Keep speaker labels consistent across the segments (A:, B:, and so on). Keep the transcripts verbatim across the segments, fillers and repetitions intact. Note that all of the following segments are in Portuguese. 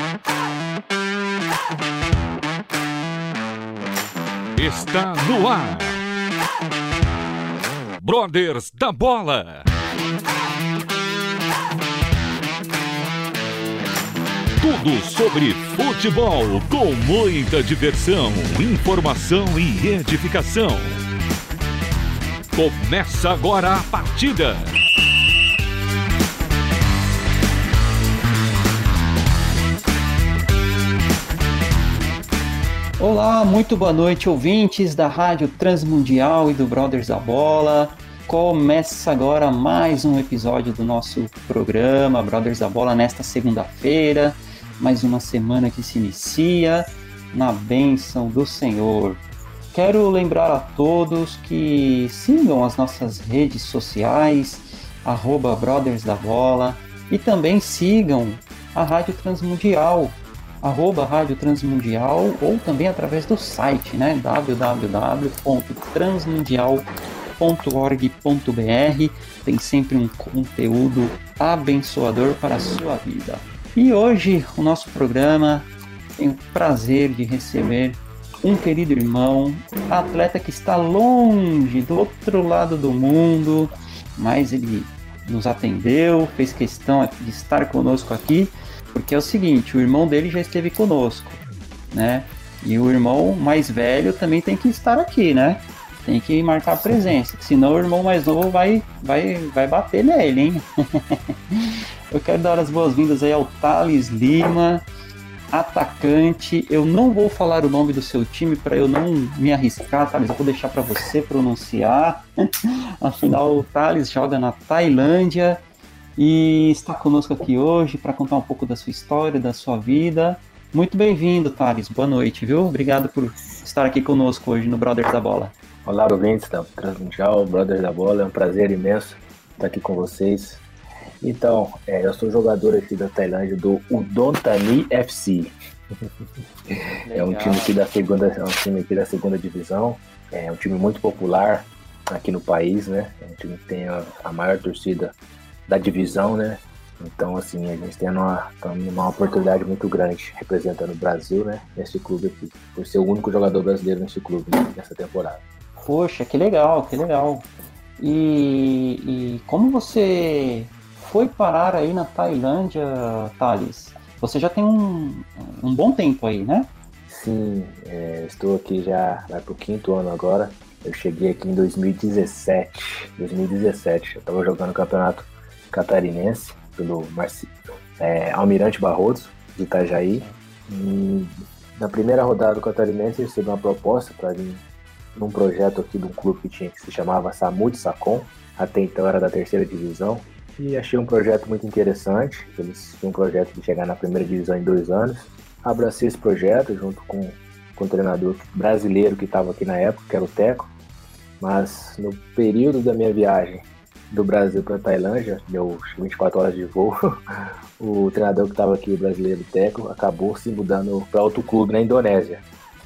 A: Está no ar. Brothers da Bola. Tudo sobre futebol com muita diversão, informação e edificação. Começa agora a partida.
B: Olá, muito boa noite, ouvintes da Rádio Transmundial e do Brothers da Bola. Começa agora mais um episódio do nosso programa Brothers da Bola nesta segunda-feira. Mais uma semana que se inicia na bênção do Senhor. Quero lembrar a todos que sigam as nossas redes sociais, arroba Brothers da Bola, e também sigam a Rádio Transmundial, arroba Rádio Transmundial, ou também através do site, né, w w w ponto transmundial ponto org ponto b r. Tem sempre um conteúdo abençoador para a sua vida. E hoje o nosso programa tem o prazer de receber um querido irmão, atleta que está longe, do outro lado do mundo, mas ele nos atendeu, fez questão de estar conosco aqui, porque é o seguinte, o irmão dele já esteve conosco, né? E o irmão mais velho também tem que estar aqui, né? Tem que marcar presença, senão o irmão mais novo vai, vai, vai bater nele, hein? Eu quero dar as boas-vindas aí ao Thales Lima, atacante. Eu não vou falar o nome do seu time para eu não me arriscar, Thales, eu vou deixar para você pronunciar. Afinal, o Thales joga na Tailândia e está conosco aqui hoje para contar um pouco da sua história, da sua vida. Muito bem-vindo, Thales. Boa noite, viu? Obrigado por estar aqui conosco hoje no Brothers da Bola.
C: Olá, ouvintes da Transmundial, Brothers da Bola. É um prazer imenso estar aqui com vocês. Então, é, eu sou jogador aqui da Tailândia do Udon Thani F C. É um time aqui da segunda, é um time aqui da segunda divisão. É um time muito popular aqui no país, né? É um time que tem a, a maior torcida da divisão, né? Então, assim, a gente tem uma, uma oportunidade muito grande representando o Brasil, né? Nesse clube aqui, por ser o único jogador brasileiro nesse clube, né, nessa temporada.
B: Poxa, que legal, que legal. E, e como você foi parar aí na Tailândia, Thales? Você já tem um, um bom tempo aí, né?
C: Sim, é, estou aqui já, vai pro quinto ano agora. Eu cheguei aqui em dois mil e dezessete. dois mil e dezessete, eu estava jogando o campeonato catarinense pelo Marci, é, Almirante Barroso, de Itajaí. E na primeira rodada do catarinense eu recebi uma proposta para vir num projeto aqui de um clube que tinha, que se chamava Samut Sakon, até então era da terceira divisão, e achei um projeto muito interessante. Eles tinham um projeto de chegar na primeira divisão em dois anos. Abracei esse projeto junto com, com o treinador brasileiro que estava aqui na época, que era o Teco, mas no período da minha viagem do Brasil para a Tailândia, deu vinte e quatro horas de voo, o treinador que estava aqui, o brasileiro Teco, acabou se mudando para outro clube na Indonésia.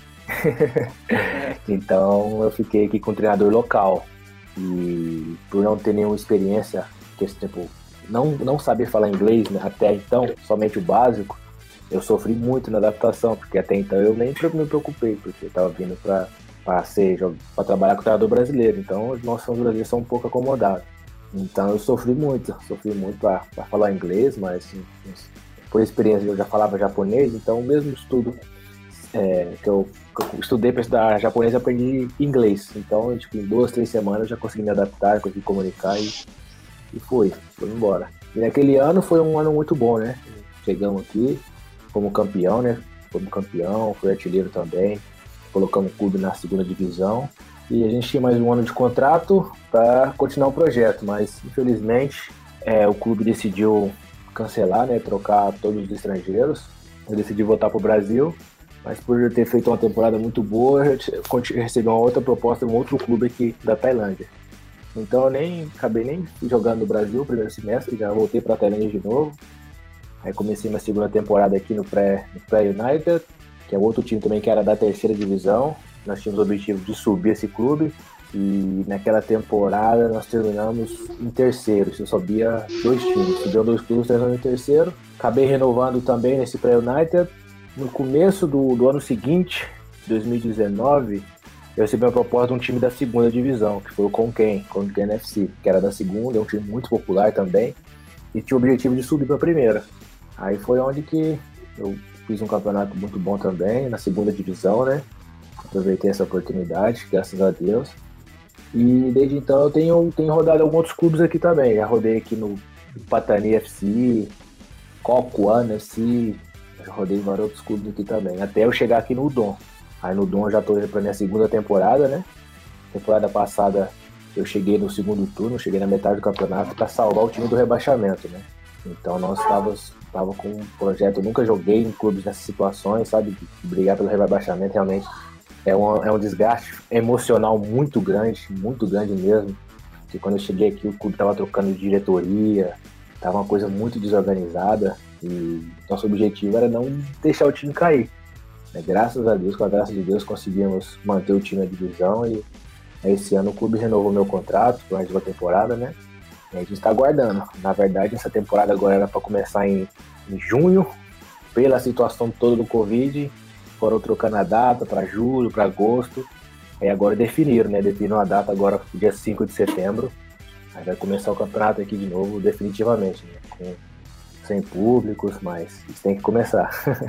C: Então eu fiquei aqui com o treinador local, e por não ter nenhuma experiência, que tipo, não, não saber falar inglês, né, até então, somente o básico, eu sofri muito na adaptação, porque até então eu nem me preocupei, porque eu estava vindo para para trabalhar com o treinador brasileiro, então os nossos brasileiros são um pouco acomodados. Então eu sofri muito, sofri muito para falar inglês, mas por experiência eu já falava japonês, então o mesmo estudo é, que, eu, que eu estudei para estudar japonês, eu aprendi inglês. Então, tipo, em duas, três semanas eu já consegui me adaptar, consegui comunicar e, e foi, foi embora. E naquele ano foi um ano muito bom, né? Chegamos aqui, fomos campeão, né? Fomos campeão, fui artilheiro também, colocamos o clube na segunda divisão. E a gente tinha mais um ano de contrato para continuar o projeto, mas infelizmente é, o clube decidiu cancelar, né, trocar todos os estrangeiros. Eu decidi voltar para o Brasil, mas por ter feito uma temporada muito boa, eu recebi uma outra proposta de um outro clube aqui da Tailândia. Então eu nem acabei nem jogando no Brasil no primeiro semestre, já voltei para a Tailândia de novo. Aí comecei minha segunda temporada aqui no Pré, no Pré United, que é outro time também que era da terceira divisão. Nós tínhamos o objetivo de subir esse clube, E naquela temporada nós terminamos em terceiro. Eu sabia dois times. Subiu dois clubes, terminamos em terceiro. Acabei renovando também nesse pré-United. No começo do, do ano seguinte, dois mil e dezenove, eu recebi uma proposta de um time da segunda divisão, que foi o Conquem, Conquem F C, que era da segunda, é um time muito popular também, e tinha o objetivo de subir para a primeira. Aí foi onde que eu fiz um campeonato muito bom também, na segunda divisão, né? Aproveitei essa oportunidade, graças a Deus. E desde então eu tenho, tenho rodado alguns outros clubes aqui também. Já rodei aqui no Patani F C, Cocoano F C, já rodei em vários outros clubes aqui também, até eu chegar aqui no Udon. Aí no Udon eu já estou indo para minha segunda temporada, né? Temporada passada eu cheguei no segundo turno, cheguei na metade do campeonato para salvar o time do rebaixamento, né? Então nós estávamos tava com um projeto, eu nunca joguei em clubes nessas situações, sabe? De brigar pelo rebaixamento realmente é um, é um desgaste emocional muito grande, muito grande mesmo. Porque quando eu cheguei aqui o clube estava trocando de diretoria, estava uma coisa muito desorganizada e nosso objetivo era não deixar o time cair. Graças a Deus, com a graça de Deus, conseguimos manter o time na divisão e esse ano o clube renovou meu contrato por mais de uma temporada, né? E a gente está aguardando. Na verdade, essa temporada agora era para começar em, em junho, pela situação toda do Covid, foram trocando a data para julho, para agosto, aí agora definiram, né? Definiram a data agora pro dia cinco de setembro, aí vai começar o campeonato aqui de novo, definitivamente, né? Com, sem públicos, mas isso tem que começar.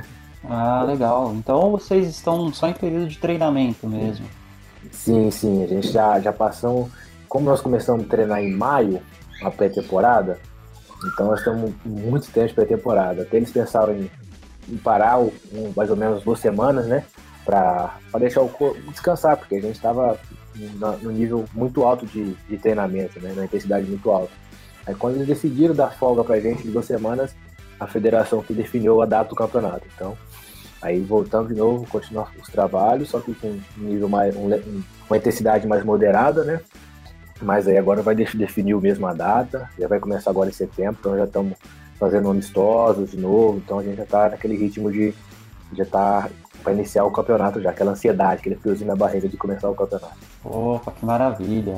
B: Ah, legal. Então vocês estão só em período de treinamento mesmo?
C: Sim, sim. A gente já, já passamos... Como nós começamos a treinar em maio, a pré-temporada, então nós estamos muito tempo de pré-temporada. Até eles pensaram em, em parar um, mais ou menos duas semanas, né? Para deixar o corpo descansar, porque a gente estava no nível muito alto de, de treinamento, né? Na intensidade muito alta. Aí quando eles decidiram dar folga pra gente de duas semanas, a federação que definiu a data do campeonato. Então, aí voltamos de novo, continuar os trabalhos, só que com um nível mais, um, uma intensidade mais moderada, né? Mas aí agora vai definir mesmo a data, já vai começar agora em setembro, então já estamos fazendo amistosos de novo, então a gente já está naquele ritmo de já tá para iniciar o campeonato já, aquela ansiedade, aquele friozinho na barriga de começar o campeonato.
B: Opa, que maravilha!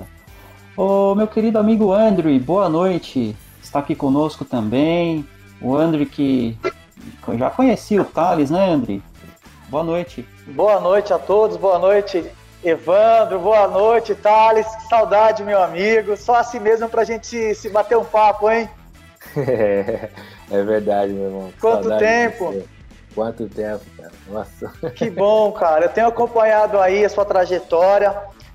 B: Ô, meu querido amigo Andrew, boa noite, está aqui conosco também. O André que já conhecia o Thales, né, André? Boa noite.
D: Boa noite a todos, boa noite, Evandro, boa noite, Thales. Que saudade, meu amigo. Só assim mesmo pra gente se bater um papo, hein?
C: É, é verdade, meu irmão.
D: Quanto saudade tempo?
C: Quanto tempo, cara. Nossa.
D: Que bom, cara. Eu tenho acompanhado aí a sua trajetória.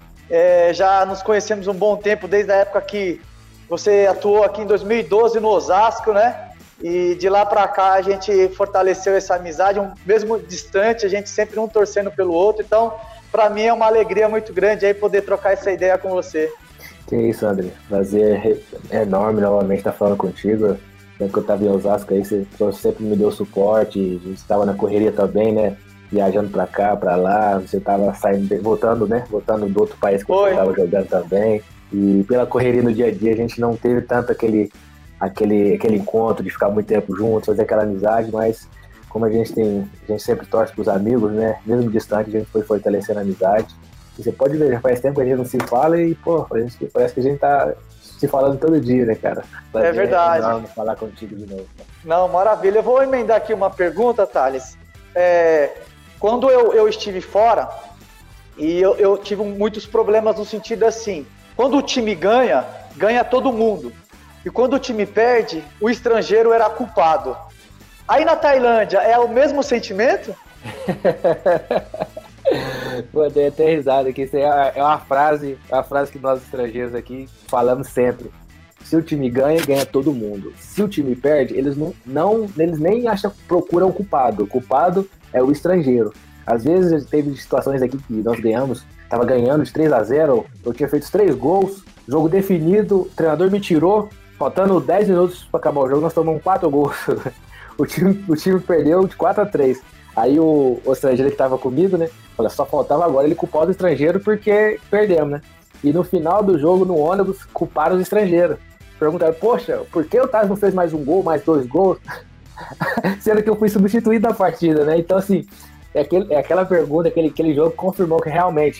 D: É, já nos conhecemos um bom tempo, desde a época que você atuou aqui em dois mil e doze no Osasco, né? E de lá para cá a gente fortaleceu essa amizade, um, mesmo distante, a gente sempre um torcendo pelo outro. Então, para mim é uma alegria muito grande aí poder trocar essa ideia com você.
C: Que isso, André. Prazer enorme novamente estar falando contigo. Sempre que eu estava em Osasco aí, você sempre me deu suporte, a gente estava na correria também, né? Viajando para cá, para lá, você estava saindo, voltando, né? Voltando do outro país que eu estava jogando também. E pela correria no dia a dia a gente não teve tanto aquele... Aquele, aquele encontro de ficar muito tempo juntos, fazer aquela amizade, mas como a gente tem, a gente sempre torce pros amigos, né? Mesmo distante, a gente foi fortalecendo a amizade. E você pode ver, já faz tempo que a gente não se fala e, pô, a gente, parece que a gente tá se falando todo dia, né, cara?
D: Prazer, é verdade.
C: Vamos falar contigo de novo.
D: Não, maravilha. Eu vou emendar aqui uma pergunta, Thales. É, quando eu, eu estive fora, e eu, eu tive muitos problemas no sentido assim, quando o time ganha, ganha todo mundo. E quando o time perde, o estrangeiro era culpado. Aí na Tailândia, é o mesmo sentimento?
C: Pô, dei até risada aqui. Isso é uma frase, é uma frase que nós estrangeiros aqui falamos sempre. Se o time ganha, ganha todo mundo. Se o time perde, eles não, não eles nem acham, procuram o culpado. O culpado é o estrangeiro. Às vezes teve situações aqui que nós ganhamos, tava ganhando de três a zero, eu tinha feito três gols, jogo definido, o treinador me tirou. Faltando dez minutos para acabar o jogo, nós tomamos quatro gols. o, time, o time perdeu de quatro a três. Aí o, o estrangeiro que estava comigo, né? Falei, só faltava agora ele culpar o estrangeiro porque perdemos, né? E no final do jogo, no ônibus, culparam os estrangeiros. Perguntaram, poxa, por que o Thales não fez mais um gol, mais dois gols? Sendo que eu fui substituído na partida, né? Então, assim, é, aquele, é aquela pergunta, aquele, aquele jogo confirmou que realmente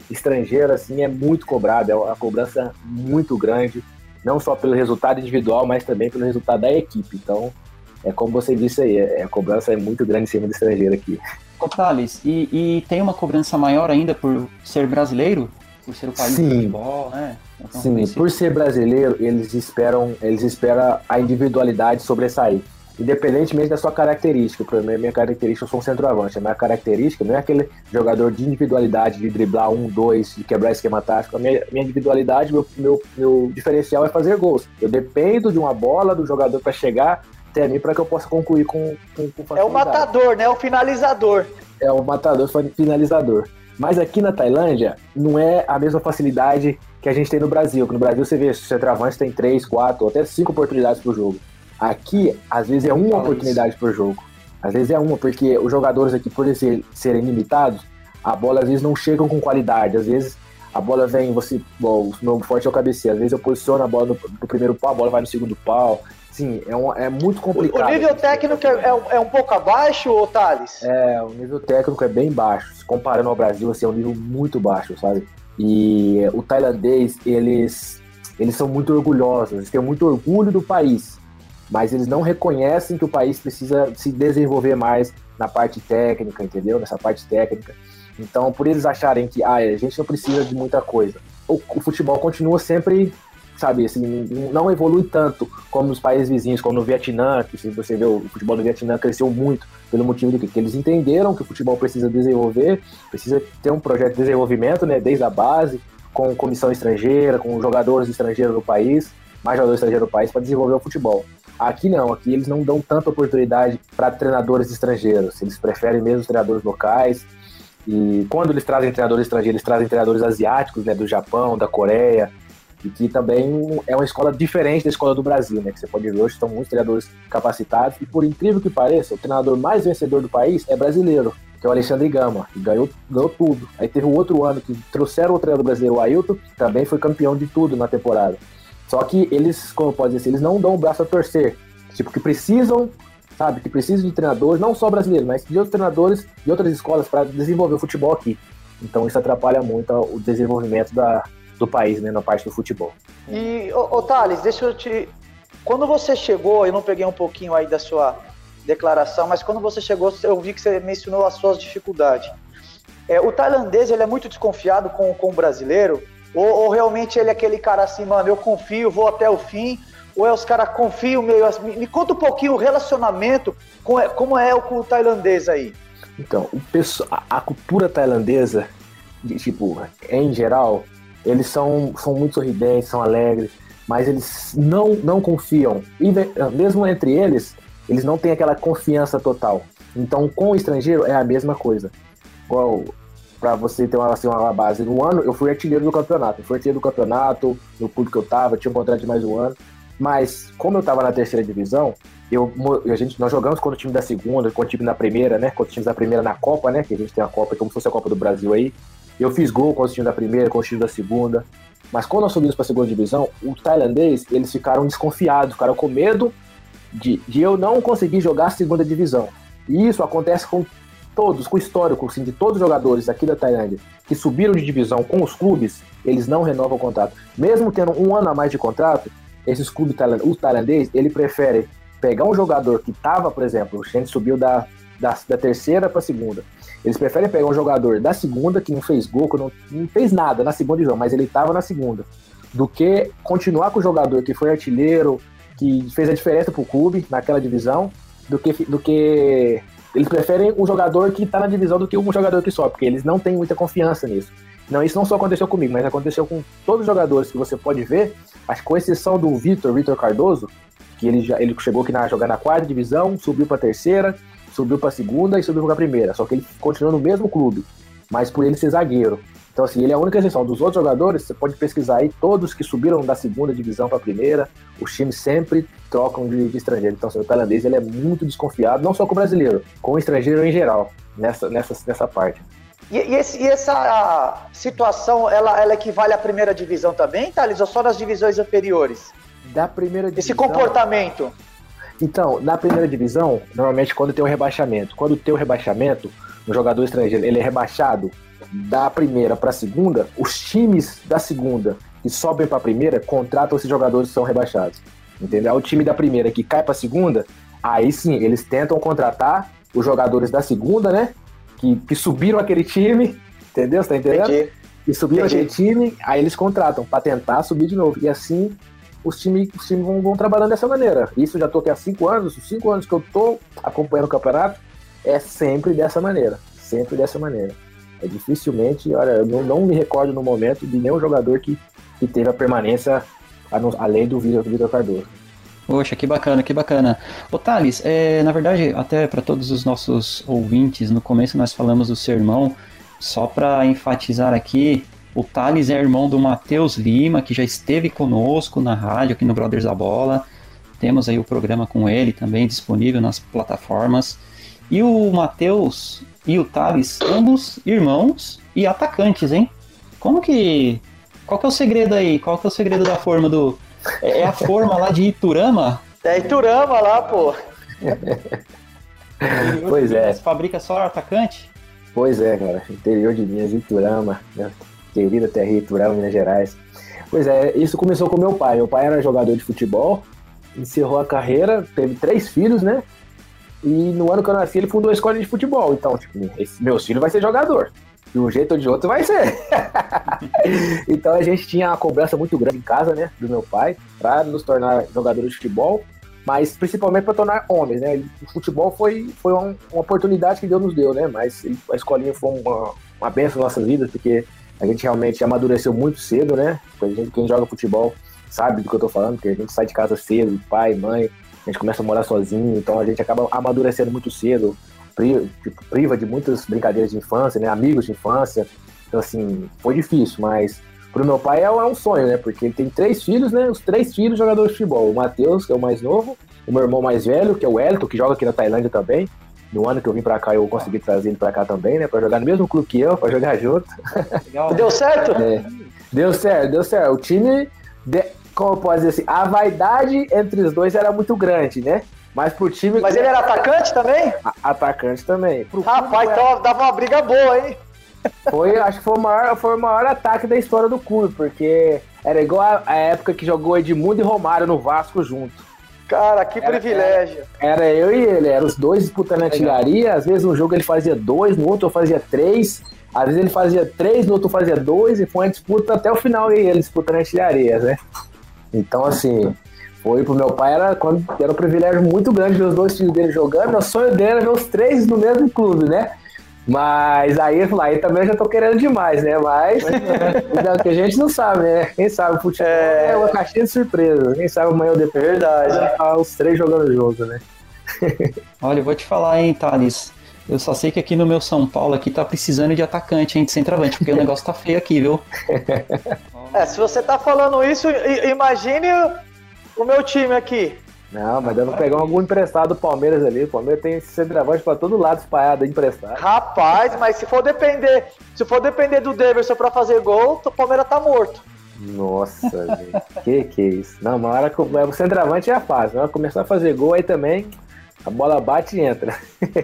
C: estrangeiro, assim, é muito cobrado, é uma cobrança muito grande, não só pelo resultado individual, mas também pelo resultado da equipe. Então, é como você disse aí, a cobrança é muito grande em cima do estrangeiro aqui.
B: Ô, Thales, e, e tem uma cobrança maior ainda por ser brasileiro? Por ser o país
C: Sim.
B: do futebol, né? Então,
C: Sim, por ser brasileiro, eles esperam, eles esperam a individualidade sobressair. Independentemente da sua característica. Por exemplo, minha característica, eu sou um centroavante. A minha característica não é aquele jogador de individualidade, de driblar um, dois, de quebrar esquema tático. A minha, minha individualidade, meu, meu, meu diferencial é fazer gols. Eu dependo de uma bola do jogador para chegar até mim para que eu possa concluir com, com, com facilidade.
D: É o matador, né? O finalizador.
C: É o matador, finalizador. Mas aqui na Tailândia, não é a mesma facilidade que a gente tem no Brasil. Que no Brasil você vê, o centroavante tem três, quatro, até cinco oportunidades por jogo. Aqui, às vezes, é uma oportunidade por jogo. Às vezes é uma, porque os jogadores aqui, por eles serem limitados, a bola às vezes não chegam com qualidade. Às vezes a bola vem, você, bom, o meu forte é o cabeceio. Às vezes eu posiciono a bola no, no primeiro pau, a bola vai no segundo pau. Sim, é, um, é muito complicado.
D: O nível técnico é, é, é um pouco abaixo, ô Thales?
C: É, o nível técnico é bem baixo. Se comparando ao Brasil, assim, é um nível muito baixo, sabe? E o tailandês, eles, eles são muito orgulhosos, eles têm muito orgulho do país, mas eles não reconhecem que o país precisa se desenvolver mais na parte técnica, entendeu? Nessa parte técnica. Então, por eles acharem que ah, a gente não precisa de muita coisa, o, o futebol continua sempre, sabe, assim, não evolui tanto como nos países vizinhos, como no Vietnã, que se você vê, o futebol do Vietnã cresceu muito pelo motivo de que, que eles entenderam que o futebol precisa desenvolver, precisa ter um projeto de desenvolvimento, né, desde a base, com comissão estrangeira, com jogadores estrangeiros no país, mais jogadores estrangeiros no país, para desenvolver o futebol. Aqui não, aqui eles não dão tanta oportunidade para treinadores estrangeiros, eles preferem mesmo os treinadores locais, e quando eles trazem treinadores estrangeiros, eles trazem treinadores asiáticos, né, do Japão, da Coreia, e que também é uma escola diferente da escola do Brasil, né? Que você pode ver hoje, estão muitos treinadores capacitados, e por incrível que pareça, o treinador mais vencedor do país é brasileiro, que é o Alexandre Gama, que ganhou, ganhou tudo. Aí teve um outro ano que trouxeram o treinador brasileiro, o Ailton, que também foi campeão de tudo na temporada. Só que eles, como pode dizer, eles não dão o braço a torcer, tipo, que precisam, sabe, que precisam de treinadores, não só brasileiros, mas de outros treinadores de outras escolas para desenvolver o futebol aqui. Então isso atrapalha muito o desenvolvimento da do país, né, na parte do futebol.
D: E, ô, ô Thales, deixa eu te... Quando você chegou, eu não peguei um pouquinho aí da sua declaração, mas quando você chegou, eu vi que você mencionou as suas dificuldades. É, o tailandês, ele é muito desconfiado com, com o brasileiro? Ou, ou realmente ele é aquele cara assim, mano, eu confio, vou até o fim? Ou é os caras confiam meio... Me, me conta um pouquinho o relacionamento, com, como é com o tailandês aí.
C: Então, o pessoal, a, a cultura tailandesa, de, tipo, em geral... Eles são, são muito sorridentes, são alegres, mas eles não, não confiam. E mesmo entre eles, eles não têm aquela confiança total. Então, com o estrangeiro, é a mesma coisa. Igual, para você ter uma, assim, uma base, no ano eu fui artilheiro do campeonato. Eu fui artilheiro do campeonato, no clube que eu tava, tinha um contrato de mais um ano. Mas, como eu tava na terceira divisão, eu, a gente, nós jogamos contra o time da segunda, contra o time da primeira, né? Contra o time da primeira na Copa, né? Que a gente tem a Copa, como se fosse a Copa do Brasil aí. Eu fiz gol com o time da primeira, com o time da segunda. Mas quando nós subimos para a segunda divisão, o tailandês, eles ficaram desconfiados, ficaram com medo de, de eu não conseguir jogar a segunda divisão. E isso acontece com todos, com o histórico assim, de todos os jogadores aqui da Tailândia que subiram de divisão com os clubes, eles não renovam o contrato. Mesmo tendo um ano a mais de contrato, esses clubes tailandês, o tailandês, ele prefere pegar um jogador que estava, por exemplo, a gente subiu da, da, da terceira para a segunda. Eles preferem pegar um jogador da segunda, que não fez gol, que não, não fez nada na segunda divisão, mas ele estava na segunda, do que continuar com o jogador que foi artilheiro, que fez a diferença pro clube naquela divisão, do que, do que eles preferem um jogador que está na divisão do que um jogador que sobe, porque eles não têm muita confiança nisso. Não, isso não só aconteceu comigo, mas aconteceu com todos os jogadores que você pode ver, acho que com exceção do Vitor, Vitor Cardoso, que ele, já, ele chegou aqui na, jogar na quarta divisão, subiu para a terceira, subiu para a segunda e subiu para a primeira, só que ele continua no mesmo clube, mas por ele ser zagueiro. Então assim, ele é a única exceção. Dos outros jogadores, você pode pesquisar aí, todos que subiram da segunda divisão para a primeira, os times sempre trocam de, de estrangeiro. Então assim, o tailandês ele é muito desconfiado, não só com o brasileiro, com o estrangeiro em geral, nessa, nessa, nessa parte.
D: E, e, esse, e essa situação, ela, ela equivale à primeira divisão também, Thales, ou só nas divisões inferiores?
C: Da primeira divisão...
D: Esse comportamento...
C: Então, na primeira divisão, normalmente quando tem um rebaixamento, quando tem o um rebaixamento, um jogador estrangeiro, ele é rebaixado, da primeira para a segunda, os times da segunda que sobem para a primeira contratam esses jogadores que são rebaixados. Entendeu? O time da primeira que cai para a segunda, aí sim, eles tentam contratar os jogadores da segunda, né? Que, que subiram aquele time, entendeu? Você tá entendendo?
D: Entendi.
C: Que subiram
D: Entendi.
C: aquele time, aí eles contratam para tentar subir de novo. E assim, os times, os times vão, vão trabalhando dessa maneira. Isso eu já tô aqui há cinco anos, os cinco anos que eu tô acompanhando o campeonato, é sempre dessa maneira. Sempre dessa maneira. É dificilmente, olha, eu não, não me recordo no momento de nenhum jogador que, que teve a permanência além do Vitor, do Vitor Cardoso.
B: Poxa, que bacana, que bacana. Ô Thales, é, na verdade, até para todos os nossos ouvintes, no começo nós falamos do seu irmão, só para enfatizar aqui, o Thales é irmão do Matheus Lima, que já esteve conosco na rádio, aqui no Brothers da Bola. Temos aí o programa com ele também disponível nas plataformas. E o Matheus e o Thales, ambos irmãos e atacantes, hein? Como que... Qual que é o segredo aí? Qual que é o segredo da forma do... É a forma lá de Iturama?
D: É Iturama lá, pô.
C: Pois é.
B: Você fabrica só atacante?
C: Pois é, cara. Interior de Minas, Iturama, né? Querida terra Iturama, Minas Gerais. Pois é, isso começou com meu pai. Meu pai era jogador de futebol, encerrou a carreira, teve três filhos, né? E no ano que eu nasci, ele fundou a escola de futebol. Então, tipo, esse, meus filhos vai ser jogador. De um jeito ou de outro vai ser. Então a gente tinha uma cobrança muito grande em casa, né, do meu pai, para nos tornar jogadores de futebol, mas principalmente para tornar homens, né. O futebol foi, foi uma, uma oportunidade que Deus nos deu, né, mas a escolinha foi uma, uma bênção nas nossas vidas, porque a gente realmente amadureceu muito cedo, né. A gente, quem joga futebol sabe do que eu tô falando, porque a gente sai de casa cedo, pai, mãe, a gente começa a morar sozinho, então a gente acaba amadurecendo muito cedo. Priva, tipo, priva de muitas brincadeiras de infância, né, amigos de infância, então assim, foi difícil, mas pro meu pai é um sonho, né, porque ele tem três filhos, né, os três filhos jogadores de futebol, o Matheus, que é o mais novo, o meu irmão mais velho, que é o Elton, que joga aqui na Tailândia também, no ano que eu vim pra cá eu consegui trazer ele pra cá também, né, pra jogar no mesmo clube que eu, pra jogar junto.
B: Legal.
D: Deu certo?
C: É, deu certo, deu certo, o time, de, como eu posso dizer assim, a vaidade entre os dois era muito grande, né. Mas pro time...
D: Mas ele era atacante também?
C: A, atacante também. Pro
D: Rapaz,
C: clube,
D: então dava uma briga boa, hein?
C: Foi, acho que foi o, maior, foi o maior ataque da história do clube, porque era igual a, a época que jogou Edmundo e Romário no Vasco junto.
D: Cara, que
C: Era,
D: privilégio.
C: Era, era eu e ele, eram os dois disputando a artilharia, às vezes no jogo ele fazia dois, no outro eu fazia três, às vezes ele fazia três, no outro eu fazia dois, e foi uma disputa até o final e ele disputando artilharias, né? Então, assim... Foi pro meu pai, era, quando, era um privilégio muito grande ver os dois filhos dele jogando. O sonho dele era ver os três no mesmo clube, né? Mas aí, aí também eu já tô querendo demais, né? Mas é o que a gente não sabe, né? Quem sabe o futebol é, é uma caixinha de surpresa. Quem sabe amanhã ou depois.
D: Verdade.
C: Tá os três jogando junto, né?
B: Olha, eu vou te falar, hein, Thales. Eu só sei que aqui no meu São Paulo aqui tá precisando de atacante, hein, de centroavante, porque o negócio tá feio aqui, viu?
D: É, se você tá falando isso, imagine o meu time aqui.
C: Não, mas dá pra pegar algum emprestado do Palmeiras ali. O Palmeiras tem centroavante pra todo lado espalhado, emprestado.
D: Rapaz, mas se for depender, se for depender do Davidson pra fazer gol, o Palmeiras tá morto.
C: Nossa, gente. Que que é isso? Não, uma hora que o centroavante é fácil. Na hora que começar a fazer gol, aí também a bola bate e entra.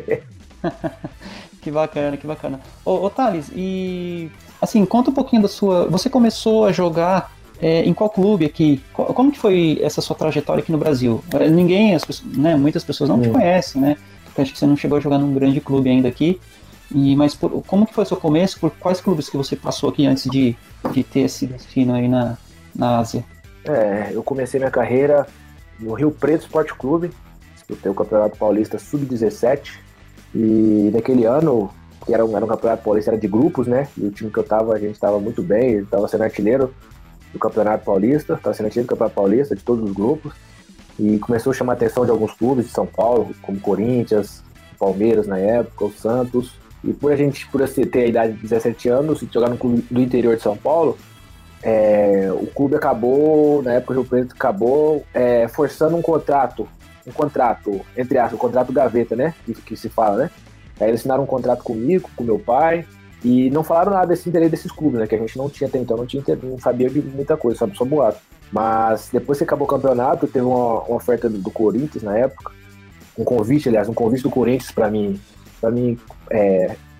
B: Que bacana, que bacana. Ô, ô Thales, e assim, conta um pouquinho da sua... Você começou a jogar é, em qual clube aqui? Como que foi essa sua trajetória aqui no Brasil? Ninguém, as pessoas, né, muitas pessoas não hum. te conhecem, né? Porque acho que você não chegou a jogar num grande clube ainda aqui. E, mas por, como que foi o seu começo? Por quais clubes que você passou aqui antes de, de ter esse destino aí na, na Ásia?
C: É, eu comecei minha carreira no Rio Preto Esporte Clube. Disputei o Campeonato Paulista sub dezessete. E naquele ano, que era um, era um Campeonato Paulista, era de grupos, né? E o time que eu tava, a gente tava muito bem. Eu tava sendo artilheiro do Campeonato Paulista, tava sendo artilheiro do Campeonato Paulista, de todos os grupos. E começou a chamar a atenção de alguns clubes de São Paulo, como Corinthians, Palmeiras na época, o Santos. E por a gente, por ter a idade de dezessete anos, e jogar no clube do interior de São Paulo, é, o clube acabou, na época o Rio Preto acabou é, forçando um contrato, um contrato, entre aspas, um contrato gaveta, né, que, que se fala, né. Aí eles assinaram um contrato comigo, com meu pai, e não falaram nada desse interesse desses clubes, né, que a gente não tinha até então, não, tinha, não sabia de muita coisa, sabe, só boato. Mas depois que acabou o campeonato, teve uma, uma oferta do, do Corinthians na época, um convite, aliás, um convite do Corinthians para mim, para mim é,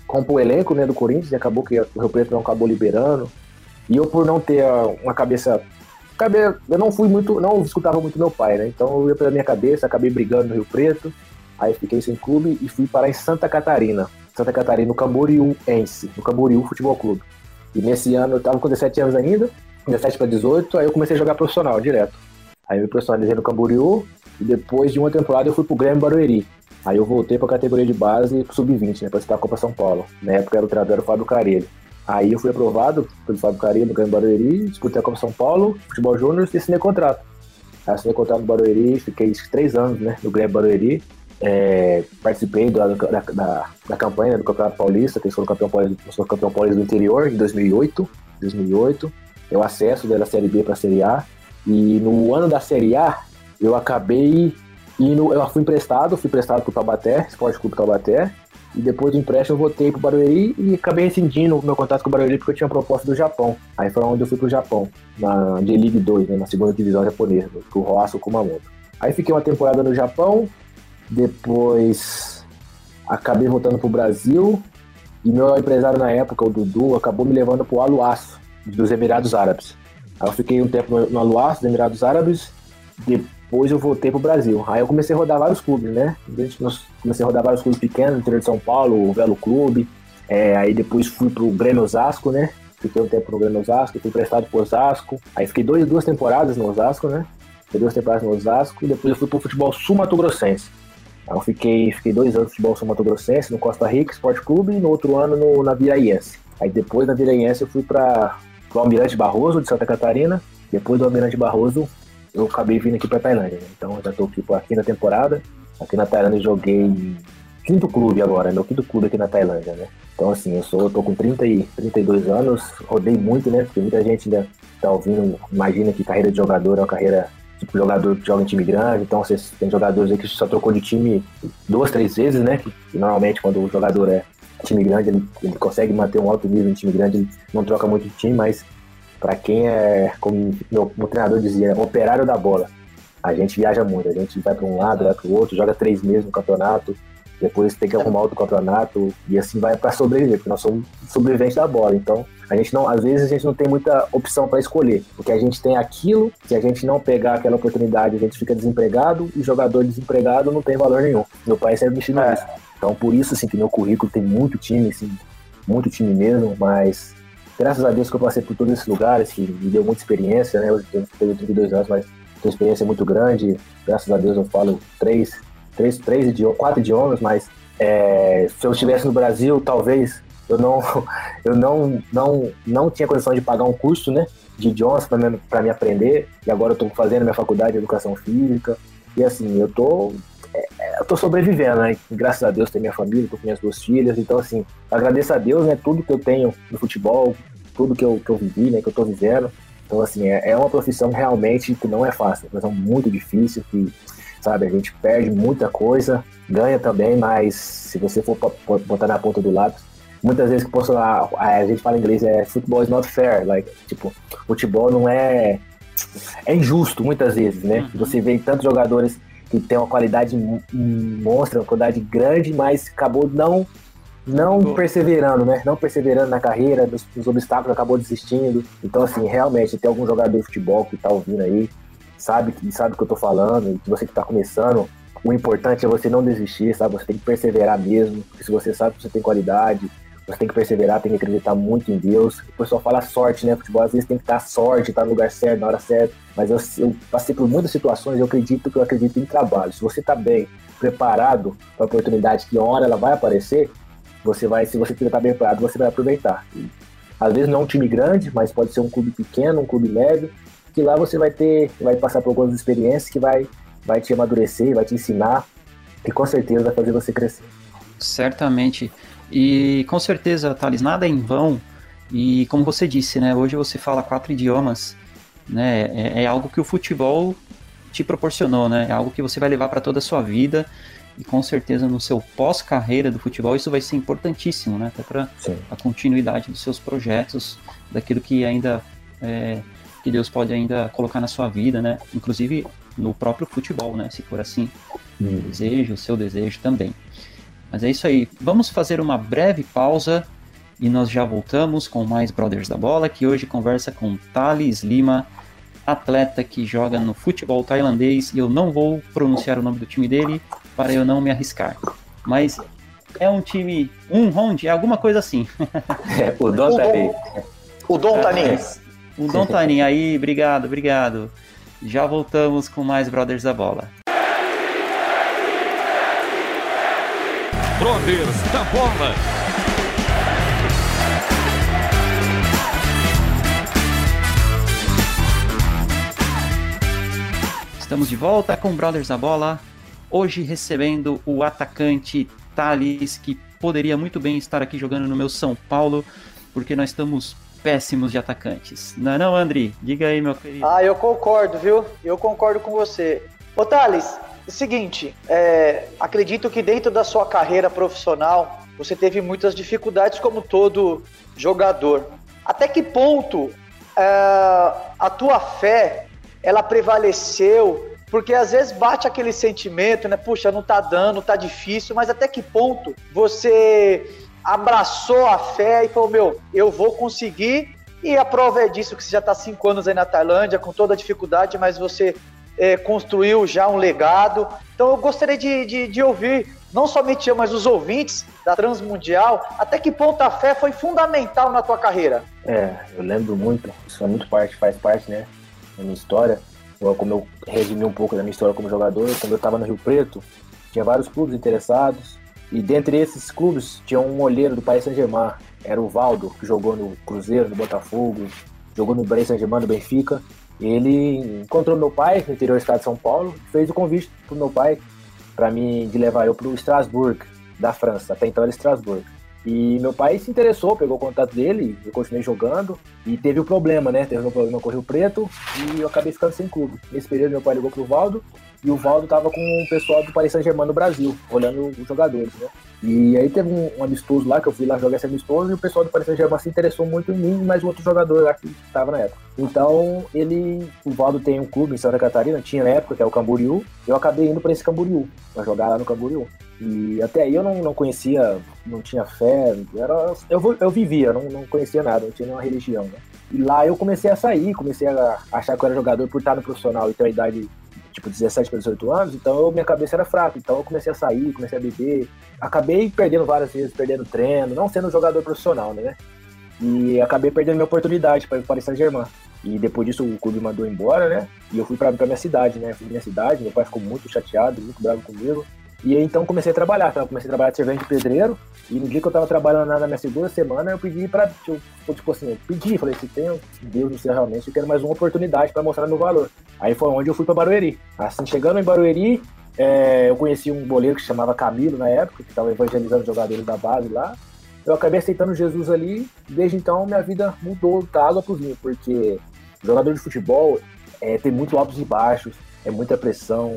C: compor o elenco, né, do Corinthians, e acabou que o Rio Preto não acabou liberando. E eu, por não ter uma cabeça... Eu não fui muito... Não escutava muito meu pai, né? Então eu ia pela minha cabeça, acabei brigando no Rio Preto. Aí fiquei sem clube e fui parar em Santa Catarina. Santa Catarina, no Camboriú-ense, no Camboriú Futebol Clube. E nesse ano eu tava com dezessete anos ainda, dezessete para dezoito, aí eu comecei a jogar profissional, direto. Aí eu me profissionalizei no Camboriú, e depois de uma temporada eu fui pro Grêmio Barueri. Aí eu voltei pra categoria de base pro sub vinte, né, pra disputar a Copa São Paulo. Na época era o treinador era o Fábio Carelli. Aí eu fui aprovado pelo Fábio Carelli no Grêmio Barueri, disputei a Copa São Paulo, futebol júnior, e assinei contrato. Aí assinei contrato no Barueri, fiquei três anos, né, no Grêmio Barueri. É, participei da, da, da, da campanha do Campeonato Paulista, que eu sou campeão paulista, eu sou campeão paulista do interior em dois mil e oito. dois mil e oito, eu acesso da Série B para a Série A, e no ano da Série A eu acabei indo, eu fui emprestado, fui emprestado para o Taubaté, Esporte Clube Taubaté, e depois do empréstimo eu voltei para o Barueri e acabei rescindindo o meu contato com o Barueri porque eu tinha uma proposta do Japão. Aí foi onde eu fui para o Japão, na J-League dois, né, na segunda divisão japonesa, com o Roasu Kumamoto. Aí fiquei uma temporada no Japão, depois acabei voltando pro Brasil e meu empresário na época, o Dudu, acabou me levando pro Al-Ahly dos Emirados Árabes. Aí eu fiquei um tempo no, no Al-Ahly dos Emirados Árabes, depois eu voltei pro Brasil. Aí eu comecei a rodar vários clubes, né? Comecei a rodar vários clubes pequenos, no interior de São Paulo, o Velo Clube, é, aí depois fui pro Grêmio Osasco, né? Fiquei um tempo no Grêmio Osasco, fui emprestado pro Osasco, aí fiquei dois, duas temporadas no Osasco, né? Fiquei duas temporadas no Osasco e depois eu fui pro futebol sul-mato-grossense. Então fiquei, fiquei dois anos no futebol sul-mato-grossense, no Costa Rica Esporte Clube, e no outro ano no, na Viraiense. Aí depois da Viraiense eu fui para o Almirante Barroso, de Santa Catarina. Depois do Almirante Barroso eu acabei vindo aqui para Tailândia, né? Então eu já estou aqui para quinta temporada. Aqui na Tailândia eu joguei quinto clube agora, meu quinto clube aqui na Tailândia, né? Então assim, eu sou, eu tô com trinta e, trinta e dois anos, rodei muito, né? Porque muita gente ainda tá ouvindo, imagina que carreira de jogador é uma carreira... tipo jogador que joga em time grande, então vocês tem jogadores aí que só trocou de time duas, três vezes, né? Que, que normalmente quando o jogador é time grande, ele, ele consegue manter um alto nível em time grande, ele não troca muito de time, mas para quem é, como meu, meu treinador dizia, é um operário da bola. A gente viaja muito, a gente vai para um lado, vai para o outro, joga três meses no campeonato, depois tem que arrumar outro campeonato e assim vai para sobreviver, porque nós somos sobreviventes da bola, então a gente não, às vezes a gente não tem muita opção para escolher, porque a gente tem aquilo, se a gente não pegar aquela oportunidade, a gente fica desempregado, e jogador desempregado não tem valor nenhum. Meu pai sempre me ensinou isso. Então por isso assim que meu currículo tem muito time, assim, muito time mesmo, mas graças a Deus que eu passei por todos esses lugares, que me deu muita experiência, né? Eu tenho trinta e dois anos, mas tenho experiência muito grande, graças a Deus eu falo três, três, três idiomas, quatro idiomas, mas é, se eu estivesse no Brasil, talvez eu não, eu não, não, não tinha condição de pagar um curso, né, de idiomas para me, me aprender, e agora eu estou fazendo minha faculdade de educação física, e assim, eu tô, é, eu tô sobrevivendo, né, e graças a Deus tenho minha família, tô com minhas duas filhas, então assim, agradeço a Deus, né, tudo que eu tenho no futebol, tudo que eu, que eu vivi, né, que eu tô vivendo, então assim, é, é uma profissão realmente que não é fácil, é uma profissão muito difícil, que, sabe, a gente perde muita coisa, ganha também, mas se você for botar na ponta do lápis, muitas vezes que posso, a, a gente fala em inglês, é football is not fair, like, tipo, futebol não é, é injusto muitas vezes, né? Uhum. Você vê tantos jogadores que tem uma qualidade monstra, uma qualidade grande, mas acabou não, não perseverando, né? Não perseverando na carreira, nos, nos obstáculos, acabou desistindo. Então, assim, realmente, tem algum jogador de futebol que tá ouvindo aí, sabe, sabe o que eu tô falando, e você que tá começando, o importante é você não desistir, sabe? Você tem que perseverar mesmo, porque se você sabe que você tem qualidade, você tem que perseverar, tem que acreditar muito em Deus. O pessoal fala sorte, né? Futebol às vezes tem que dar sorte, estar no lugar certo, na hora certa. Mas eu, eu passei por muitas situações, eu acredito que eu acredito em trabalho. Se você está bem preparado para a oportunidade que uma hora ela vai aparecer, você vai, se você está bem preparado, você vai aproveitar. E, às vezes não é um time grande, mas pode ser um clube pequeno, um clube médio, que lá você vai ter, vai passar por algumas experiências que vai, vai te amadurecer, vai te ensinar, e com certeza vai fazer você crescer.
B: Certamente. E com certeza, Thales, nada é em vão, e como você disse, né, hoje você fala quatro idiomas, né, é, é algo que o futebol te proporcionou, né, é algo que você vai levar para toda a sua vida, e com certeza no seu pós-carreira do futebol isso vai ser importantíssimo, né, até para a continuidade dos seus projetos, daquilo que ainda, é, que Deus pode ainda colocar na sua vida, né, inclusive no próprio futebol, né, se for assim, hum. o desejo, o seu desejo também. Mas é isso aí. Vamos fazer uma breve pausa e nós já voltamos com mais Brothers da Bola, que hoje conversa com Thales Lima, atleta que joga no futebol tailandês, e eu não vou pronunciar o nome do time dele para eu não me arriscar. Mas é um time, um Hond, é alguma coisa assim.
C: É, o Dom tá aí.
D: O Dom tá aí.
B: O Dom Tanin aí, obrigado, obrigado. Já voltamos com mais Brothers da Bola.
A: Brothers da Bola.
B: Estamos de volta com Brothers da Bola. Hoje recebendo o atacante Thales, que poderia muito bem estar aqui jogando no meu São Paulo, porque nós estamos péssimos de atacantes. Não é não, Andri? Diga aí, meu querido.
D: Ah, eu concordo, viu? Eu concordo com você. Ô, Thales, é o seguinte, é, acredito que dentro da sua carreira profissional, você teve muitas dificuldades como todo jogador. Até que ponto é, a tua fé, ela prevaleceu? Porque às vezes bate aquele sentimento, né? Puxa, não tá dando, tá difícil, mas até que ponto você abraçou a fé e falou, meu, eu vou conseguir, e a prova é disso, que você já tá cinco anos aí na Tailândia, com toda a dificuldade, mas você é, construiu já um legado. Então eu gostaria de, de, de ouvir, não somente eu, mas os ouvintes da Transmundial, até que ponto a fé foi fundamental na tua carreira?
C: É, eu lembro muito, isso é muito parte, faz parte, né, da minha história. Eu, como eu resumi um pouco da minha história como jogador, quando eu estava no Rio Preto, tinha vários clubes interessados, e dentre esses clubes tinha um olheiro do Paris Saint-Germain, era o Valdo, que jogou no Cruzeiro, no Botafogo, jogou no Paris Saint-Germain, no Benfica. Ele encontrou meu pai no interior do estado de São Paulo, fez o convite pro meu pai para mim de levar eu pro Strasbourg, da França, até então era Strasbourg. E meu pai se interessou, pegou o contato dele, eu continuei jogando, e teve o um problema, né? Teve um problema com o Rio Preto, e eu acabei ficando sem clube. Nesse período meu pai ligou pro Valdo, e o Valdo tava com o pessoal do Paris Saint-Germain no Brasil, olhando os jogadores, né? E aí teve um, um amistoso lá, que eu fui lá jogar esse amistoso, e o pessoal do Paris Saint-Germain se interessou muito em mim, mas outro jogador lá que estava na época. Então, ele, o Valdo tem um clube em Santa Catarina, tinha na época, que é o Camboriú, eu acabei indo para esse Camboriú, para jogar lá no Camboriú. E até aí eu não, não conhecia, não tinha fé, era, eu, eu vivia, não, não conhecia nada, não tinha nenhuma religião, né? E lá eu comecei a sair, comecei a achar que eu era jogador por estar no profissional e ter a idade tipo dezessete para dezoito anos, então eu, minha cabeça era fraca, então eu comecei a sair, comecei a beber, acabei perdendo várias vezes, perdendo treino, não sendo um jogador profissional, né? E acabei perdendo minha oportunidade para ir para o Paris Saint-Germain. E depois disso o clube mandou embora, né? E eu fui para minha cidade, né? Fui pra minha cidade, meu pai ficou muito chateado, muito bravo comigo. E aí então comecei a trabalhar, tá? Comecei a trabalhar de servente de pedreiro, e no dia que eu tava trabalhando na, na minha segunda semana, eu pedi pra, tipo, tipo assim, eu pedi, falei, se tem Deus no céu realmente, eu quero mais uma oportunidade pra mostrar meu valor. Aí foi onde eu fui pra Barueri. Assim, chegando em Barueri, é, eu conheci um goleiro que se chamava Camilo na época, que tava evangelizando os jogadores da base lá. Eu acabei aceitando Jesus ali, desde então minha vida mudou da água pro vinho, porque jogador de futebol é, tem muito altos e baixos, é muita pressão.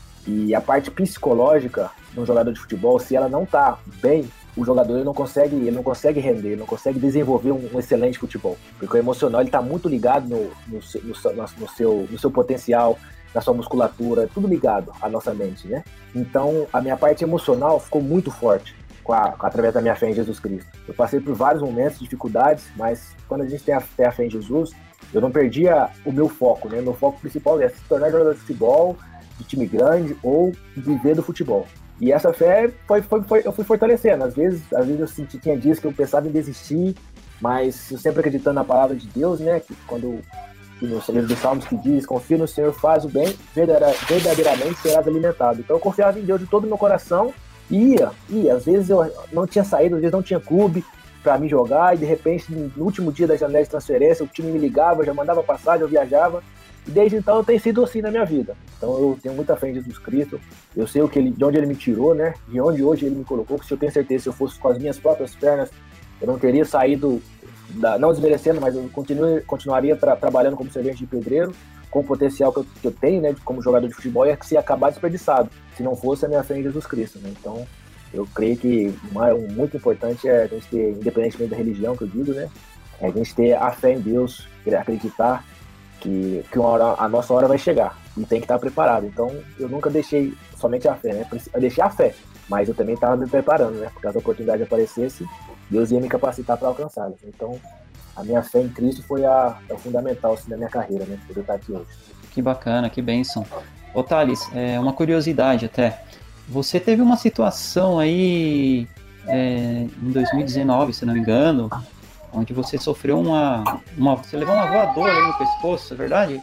C: E a parte psicológica de um jogador de futebol, se ela não tá bem, o jogador ele não consegue, ele não consegue render, ele não consegue desenvolver um, um excelente futebol. Porque o emocional ele tá muito ligado no, no, no, no, seu, no seu potencial, na sua musculatura, tudo ligado à nossa mente, né? Então a minha parte emocional ficou muito forte com a, através da minha fé em Jesus Cristo. Eu passei por vários momentos, dificuldades, mas quando a gente tem a, tem a fé em Jesus, eu não perdia o meu foco, né? Meu foco principal é se tornar jogador de futebol, de time grande ou viver do futebol. E essa fé foi, foi, foi, eu fui fortalecendo. Às vezes, às vezes eu senti, tinha dias que eu pensava em desistir, mas eu sempre acreditando na palavra de Deus, né? Que quando no livro dos Salmos que diz, confia no Senhor, faz o bem, verdadeiramente serás alimentado. Então eu confiava em Deus de todo o meu coração e ia, ia. Às vezes eu não tinha saído, às vezes não tinha clube para me jogar, e de repente, no último dia da janela de transferência, o time me ligava, já mandava passagem, eu viajava. E desde então tem sido assim na minha vida. Então eu tenho muita fé em Jesus Cristo. Eu sei o que ele, de onde ele me tirou, né? De onde hoje ele me colocou. Porque se eu tenho certeza, se eu fosse com as minhas próprias pernas, eu não teria saído, da, não desmerecendo, mas eu continue, continuaria tra, trabalhando como servente de pedreiro, com o potencial que eu, que eu tenho, né? Como jogador de futebol, e se acabar desperdiçado, se não fosse a minha fé em Jesus Cristo, né? Então eu creio que uma, um muito importante é a gente ter, independentemente da religião que eu digo, né? É a gente ter a fé em Deus, acreditar que, que uma hora, a nossa hora vai chegar e tem que estar preparado. Então eu nunca deixei somente a fé, né? Eu deixei a fé, mas eu também estava me preparando, né? Porque as oportunidades aparecessem, Deus ia me capacitar para alcançá-las. Então, a minha fé em Cristo foi a, a fundamental assim, da minha carreira, né? Por eu estar aqui hoje.
B: Que bacana, que bênção. Ô Thales, é uma curiosidade até. Você teve uma situação aí é, em dois mil e dezenove, se não me engano, onde você sofreu uma, uma... Você levou uma voadora aí no pescoço, é verdade?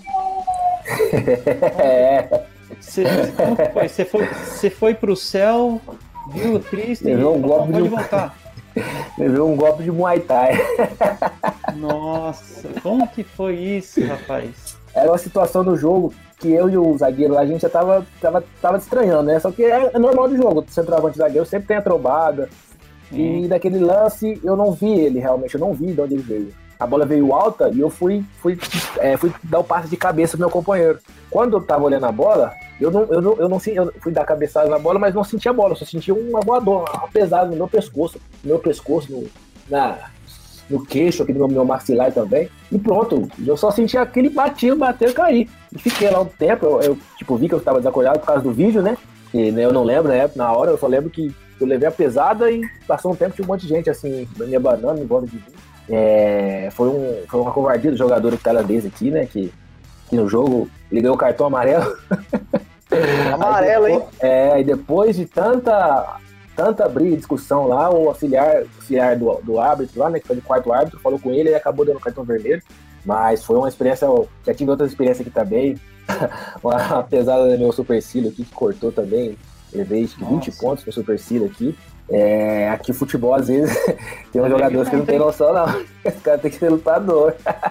C: É.
B: Você, como que foi? Você foi, você foi pro céu, viu o Cristo e
C: Levou um
B: falou,
C: golpe
B: pode
C: de-
B: voltar.
C: Levei um golpe de Muay Thai.
B: Nossa, como que foi isso, rapaz?
C: Era uma situação no jogo que eu e o zagueiro lá, a gente já tava, tava, tava estranhando, né? Só que é, é normal do jogo, o centroavante e zagueiro sempre tem a trombada.
B: Sim.
C: E daquele lance eu não vi ele realmente, eu não vi de onde ele veio. A bola veio alta e eu fui, fui, é, fui dar o passe de cabeça pro meu companheiro. Quando eu tava olhando a bola, eu não, eu não, eu não eu fui dar cabeçada na bola, mas não senti a bola, só senti uma voadora, uma pesada no meu pescoço, no meu pescoço, no, na, no queixo aqui do meu, meu maxilar também. E pronto, eu só senti aquele bater, bater e cair. E fiquei lá um tempo, eu, eu tipo, vi que eu tava desacordado por causa do vídeo, né? E, né, eu não lembro, né? Na hora, eu só lembro que eu levei a pesada e passou um tempo, tinha um monte de gente assim, me abanando, em volta de mim. É, foi, um, foi uma covardia do jogador tailandês aqui, né? Que, que no jogo ele ganhou o cartão amarelo.
D: Amarelo,
C: Aí
D: hein?
C: depois, é, e depois de tanta, tanta briga e discussão lá, o auxiliar, auxiliar do, do árbitro lá, né? Que foi de quarto árbitro, falou com ele e acabou dando cartão vermelho. Mas foi uma experiência, já tive outras experiências aqui também. Uma pesada do meu supercílio aqui que cortou também. Levei acho que vinte
B: Nossa.
C: pontos no supercílio aqui. É, aqui futebol, às vezes, tem uns jogadores que não tem noção, não. Esse cara tem que ser lutador.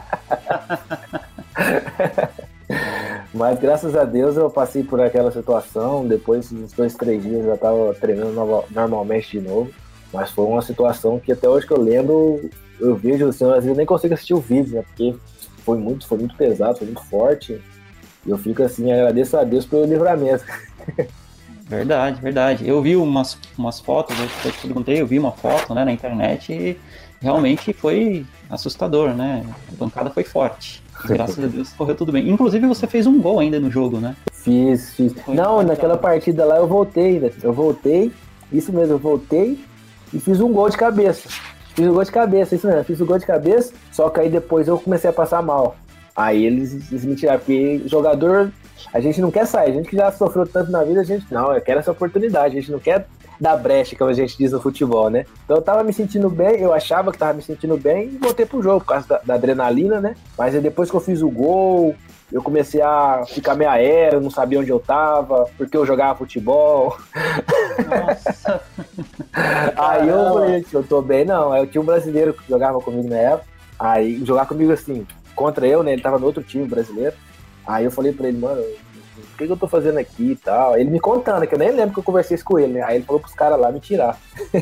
C: Mas graças a Deus eu passei por aquela situação. Depois dos dois, três dias eu já estava treinando nova- normalmente de novo. Mas foi uma situação que até hoje que eu lembro, eu vejo, assim, às vezes eu nem consigo assistir o vídeo, né? Porque foi muito, foi muito pesado, foi muito forte. E eu fico assim, agradeço a Deus pelo livramento.
B: Verdade, verdade. Eu vi umas, umas fotos, eu te perguntei, eu vi uma foto, né, na internet e realmente foi assustador, né? A pancada foi forte. Graças a Deus correu tudo bem. Inclusive você fez um gol ainda no jogo, né?
C: Fiz, fiz.
B: Foi
C: Não,
B: bacana.
C: naquela partida lá eu voltei ainda. Eu voltei, isso mesmo, eu voltei e fiz um gol de cabeça. Fiz um gol de cabeça, isso mesmo, fiz um gol de cabeça, só que aí depois eu comecei a passar mal. Aí eles, eles me tiraram, porque jogador, a gente não quer sair, a gente que já sofreu tanto na vida, a gente, não, eu quero essa oportunidade, a gente não quer dar brecha, como a gente diz no futebol, né? Então eu tava me sentindo bem, eu achava que tava me sentindo bem e voltei pro jogo, por causa da, da adrenalina, né? Mas aí depois que eu fiz o gol, eu comecei a ficar meio aéreo, não sabia onde eu tava, porque eu jogava futebol.
B: Nossa.
C: Aí eu falei, eu tô bem, não. Aí eu tinha um brasileiro que jogava comigo na época, aí jogar comigo assim, contra eu, né? Ele tava no outro time brasileiro. Aí eu falei pra ele, mano, o que, que eu tô fazendo aqui e tal? Ele me contando, que eu nem lembro que eu conversei isso com ele, né? Aí ele falou pros caras lá me tirar.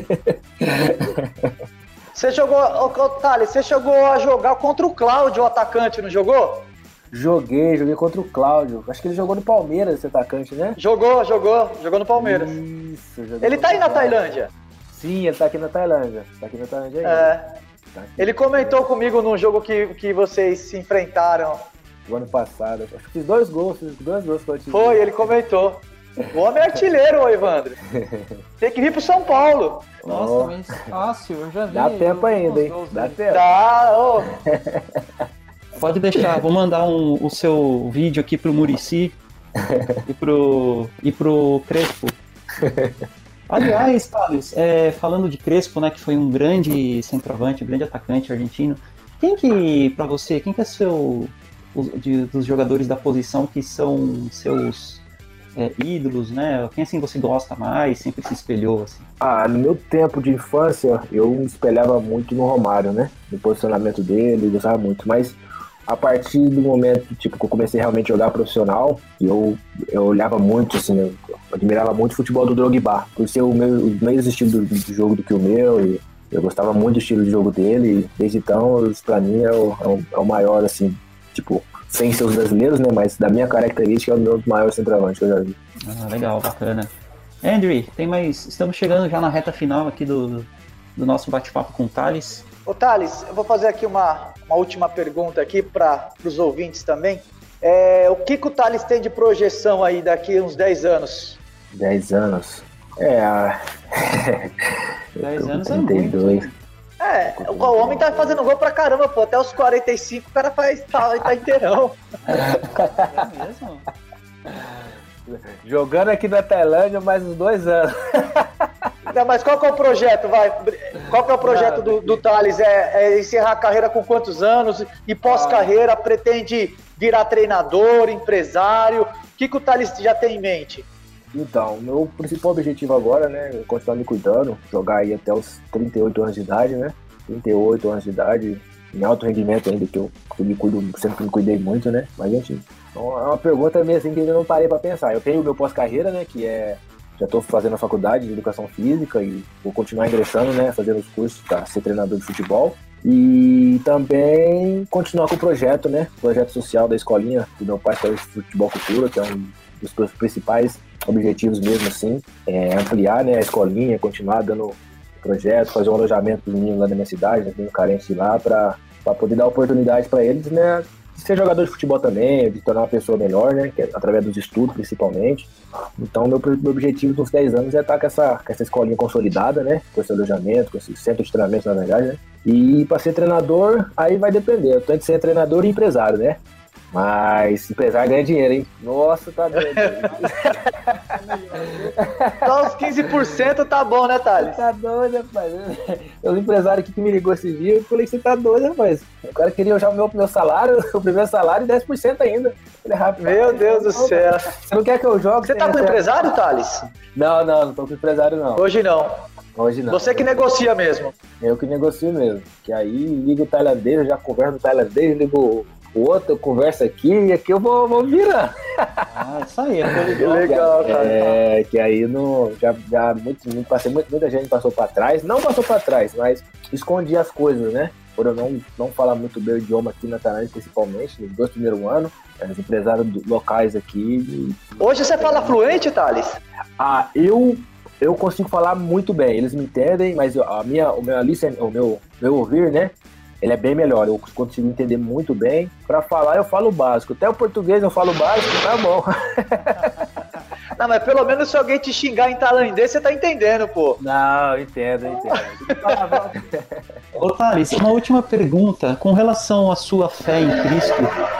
D: Você jogou, ô, ô, Thales, você chegou a jogar contra o Cláudio, o atacante, não jogou?
C: Joguei, joguei contra o Cláudio. Acho que ele jogou no Palmeiras, esse atacante, né?
D: Jogou, jogou, jogou no Palmeiras.
C: Isso, joguei
D: Ele tá aí
C: contra
D: na
C: o Cláudio.
D: Tailândia.
C: Sim, ele tá aqui na Tailândia. Tá aqui na Tailândia aí.
D: É.
C: Tá aqui.
D: Ele comentou comigo num jogo que, que vocês se enfrentaram.
C: O ano passado. Acho que fiz dois gols, fiz dois gols com o time.
D: Foi, ele comentou. O homem é artilheiro, ô Evandro. Tem que vir pro São Paulo.
B: Nossa,
C: Oh.
B: mas fácil, eu já vi.
C: Dá tempo
B: eu vi
C: ainda,
B: uns
C: hein?
B: gols
C: Dá
B: dele.
C: tempo.
D: Tá, ô.
B: Pode deixar, vou mandar um, o seu vídeo aqui pro Muricy e pro, e pro Crespo. Aliás, Thales, é, falando de Crespo, né, que foi um grande centroavante, um grande atacante argentino, quem que, pra você, quem que é seu, os, de, dos jogadores da posição que são seus é, ídolos, né? Quem assim você gosta mais, sempre se espelhou, assim?
C: Ah, no meu tempo de infância, eu me espelhava muito no Romário, né? No posicionamento dele, eu gostava muito. Mas a partir do momento tipo, que eu comecei realmente a jogar profissional, eu, eu olhava muito, assim, eu admirava muito o futebol do Drogba, por ser o meu, o mesmo estilo do, do jogo do que o meu, e eu gostava muito do estilo de jogo dele, e desde então, isso pra mim é o, é o, é o maior, assim, tipo, sem ser os brasileiros, né? Mas da minha característica é o meu maior centroavante que eu já vi.
B: Ah, legal, bacana. Andrew, tem mais. Estamos chegando já na reta final aqui do, do nosso bate-papo com o Thales.
D: Ô Thales, eu vou fazer aqui uma, uma última pergunta aqui para os ouvintes também. É, o que, que o Thales tem de projeção aí daqui a uns dez anos?
C: dez anos. É,
B: dez anos é
C: trinta e dois.
B: muito.
D: É, o homem tá fazendo gol pra caramba, pô. Até os quarenta e cinco o cara faz, tá, tá inteirão.
B: É mesmo?
C: Jogando aqui na Tailândia mais uns dois anos.
D: Não, mas qual que é o projeto, vai? Qual que é o projeto do, do Thales? É, é encerrar a carreira com quantos anos? E pós-carreira pretende virar treinador, empresário? O que, que o Thales já tem em mente?
C: Então, meu principal objetivo agora, né, é continuar me cuidando, jogar aí até os trinta e oito anos de idade, né? trinta e oito anos de idade, em alto rendimento ainda, que eu, que eu me cuido, sempre me cuidei muito, né? Mas, gente, é uma pergunta meio assim que eu não parei pra pensar. Eu tenho o meu pós-carreira, né, que é... Já estou fazendo a faculdade de Educação Física e vou continuar ingressando, né, fazendo os cursos para ser treinador de futebol. E também continuar com o projeto, né, projeto social da escolinha do meu pai, que é o Futebol Cultura, que é um dos principais objetivos mesmo, assim, é ampliar, né, a escolinha, continuar dando projeto, fazer um alojamento para os meninos lá da minha cidade, né, menino carente de lá, para poder dar oportunidade para eles, né, de ser jogador de futebol também, de tornar uma pessoa melhor, né, que é através dos estudos principalmente. Então, meu, meu objetivo nos dez anos é estar com essa, com essa escolinha consolidada, né, com esse alojamento, com esse centro de treinamento, na verdade, né, e para ser treinador, aí vai depender, eu tenho que ser treinador e empresário, né. Mas empresário ganha dinheiro, hein? Nossa, tá doido.
D: Só os quinze por cento tá bom, né, Thales?
C: Tá doido, rapaz. O empresário aqui que me ligou esse dia, eu falei, você tá doido, rapaz. O cara queria já o meu, meu salário, o primeiro salário e dez por cento ainda. Falei, rapaz,
D: meu Deus do céu.
C: Você não quer que eu jogue?
D: Você tá com empresário, Thales?
C: Não, não, não tô com empresário, não.
D: Hoje não.
C: Hoje não.
D: Você que negocia mesmo.
C: Eu que negocio mesmo. Que aí liga o tailandês, eu já converso no tailandês, ligo o outro, eu converso aqui e aqui eu vou, vou virar.
B: Ah, isso aí, é
D: legal, legal, cara.
C: É, que aí no, já, já muito, muito, passei, muito, muita gente passou pra trás, não passou pra trás, mas escondia as coisas, né? Por eu não, não falar muito bem o idioma aqui na Tailândia, principalmente, nos dois primeiros anos, os empresários locais aqui. E...
D: Hoje você fala fluente, Thales?
C: Ah, eu, eu consigo falar muito bem, eles me entendem, mas a minha, o meu, o meu, meu ouvir, né? Ele é bem melhor, eu consigo entender muito bem. Pra falar, eu falo o básico. Até o português eu falo o básico, tá bom.
D: Não, mas pelo menos se alguém te xingar em tailandês, você tá entendendo, pô.
C: Não, eu entendo, eu entendo.
B: Ô, Thales, uma última pergunta. Com relação à sua fé em Cristo,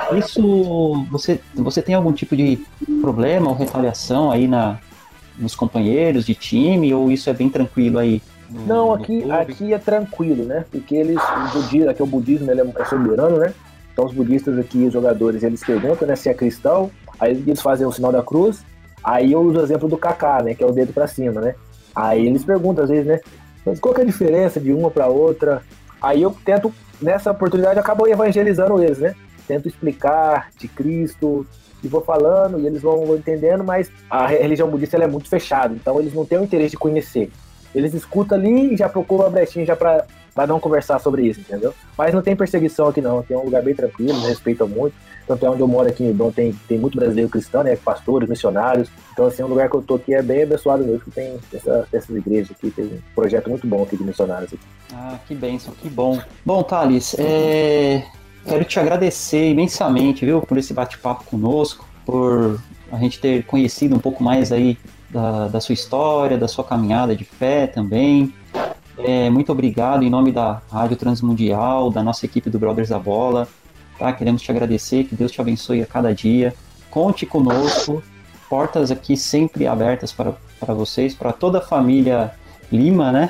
B: isso, você, você tem algum tipo de problema ou retaliação aí na, nos companheiros de time, ou isso é bem tranquilo aí? No,
C: não, aqui, aqui é tranquilo, né? Porque eles, o budismo, aqui o budismo ele é soberano, né? Então os budistas aqui, os jogadores, eles perguntam, né, se é cristão, aí eles fazem o sinal da cruz, aí eu uso o exemplo do Kaká, né, que é o dedo pra cima, né? Aí eles perguntam às vezes, né, mas qual que é a diferença de uma pra outra? Aí eu tento, nessa oportunidade, eu acabo evangelizando eles, né? Tento explicar de Cristo, e vou falando, e eles vão, vão entendendo, mas a religião budista ela é muito fechada, então eles não têm o interesse de conhecer. Eles escutam ali e já procuram uma brechinha já pra, pra não conversar sobre isso, entendeu? Mas não tem perseguição aqui não, aqui é um lugar bem tranquilo, me respeitam muito. Tanto é onde eu moro aqui em Udon, tem, tem muito brasileiro cristão, né? Pastores, missionários. Então, assim, o lugar que eu tô aqui é bem abençoado mesmo, que tem essa, essas igrejas aqui, tem um projeto muito bom aqui de missionários aqui.
B: Ah, que bênção, que bom. Bom, Thales, é... quero te agradecer imensamente, viu, por esse bate-papo conosco, por a gente ter conhecido um pouco mais aí Da, da sua história, da sua caminhada de fé também. É, muito obrigado em nome da Rádio Transmundial, da nossa equipe do Brothers da Bola. Tá? Queremos te agradecer, que Deus te abençoe a cada dia. Conte conosco, portas aqui sempre abertas para, para vocês, para toda a família Lima, né?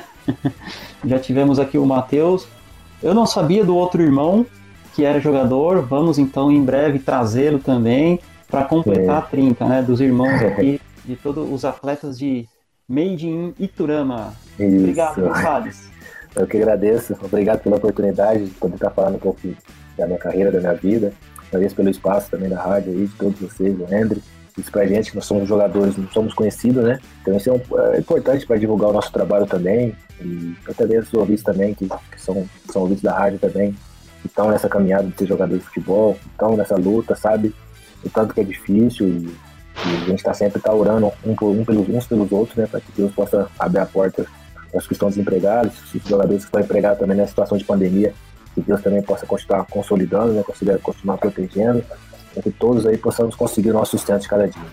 B: Já tivemos aqui o Matheus. Eu não sabia do outro irmão que era jogador, vamos então em breve trazê-lo também para completar é. a trinca, né, dos irmãos aqui. De todos os atletas de Made in Iturama.
C: Isso.
B: Obrigado, Thales.
C: Eu que agradeço. Obrigado pela oportunidade de poder estar falando um pouco da minha carreira, da minha vida. Agradeço pelo espaço também da rádio aí, de todos vocês, o André. Isso pra gente, que nós somos jogadores, não somos conhecidos, né? Então isso é, um, é importante para divulgar o nosso trabalho também. E eu também sou ouvintes também, que, que são, são ouvintes da rádio também, que estão nessa caminhada de ser jogador de futebol, que estão nessa luta, sabe? O tanto que é difícil e E a gente está sempre tá orando um por, um pelos, uns pelos outros, né, para que Deus possa abrir a porta para os que estão desempregados, os jogadores que estão empregados também nessa situação de pandemia, que Deus também possa continuar consolidando, né, continuar protegendo, para que todos aí possamos conseguir o nosso sustento de cada dia.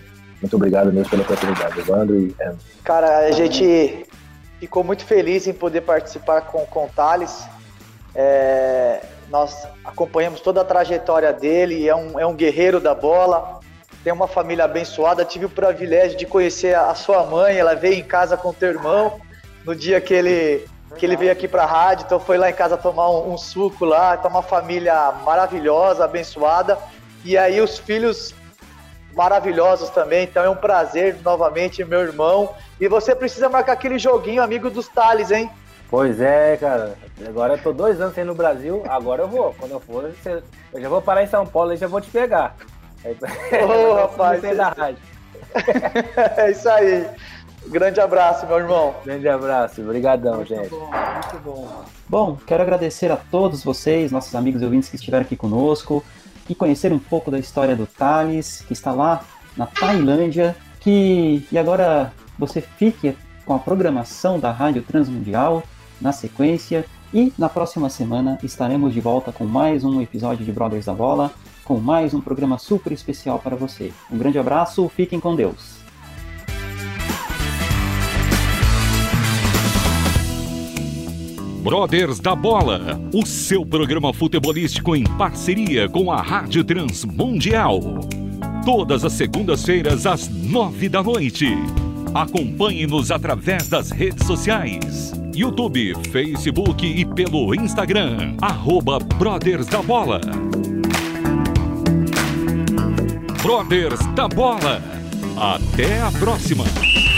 C: Muito obrigado mesmo pela oportunidade, Evandro e Ana.
D: Cara, a gente ficou muito feliz em poder participar com, com o Thales. É, nós acompanhamos toda a trajetória dele, é um, é um guerreiro da bola, tem uma família abençoada. Tive o privilégio de conhecer a sua mãe, ela veio em casa com o teu irmão no dia que ele, que ele veio aqui para a rádio, então foi lá em casa tomar um, um suco lá. Então uma família maravilhosa, abençoada, e aí os filhos maravilhosos também. Então é um prazer novamente, meu irmão. E você precisa marcar aquele joguinho amigo dos Thales, hein?
C: Pois é, cara. Agora eu tô dois anos sem ir no Brasil, agora eu vou. Quando eu for, eu já vou parar em São Paulo e já vou te pegar.
D: Ô, oh, rapaz.
C: Da rádio.
D: É isso aí. Grande abraço, meu irmão.
C: Grande abraço. Obrigadão,
B: muito
C: gente.
B: Bom, muito bom. Bom, quero agradecer a todos vocês, nossos amigos e ouvintes que estiveram aqui conosco, e conhecer um pouco da história do Thales, que está lá na Tailândia, que e agora você fique com a programação da Rádio Transmundial na sequência, e na próxima semana estaremos de volta com mais um episódio de Brothers da Bola, com mais um programa super especial para você. Um grande abraço, fiquem com Deus.
A: Brothers da Bola, o seu programa futebolístico em parceria com a Rádio Transmundial. Todas as segundas-feiras às nove da noite. Acompanhe-nos através das redes sociais, YouTube, Facebook e pelo Instagram, arroba Brothers da Bola. Brothers da Bola. Até a próxima!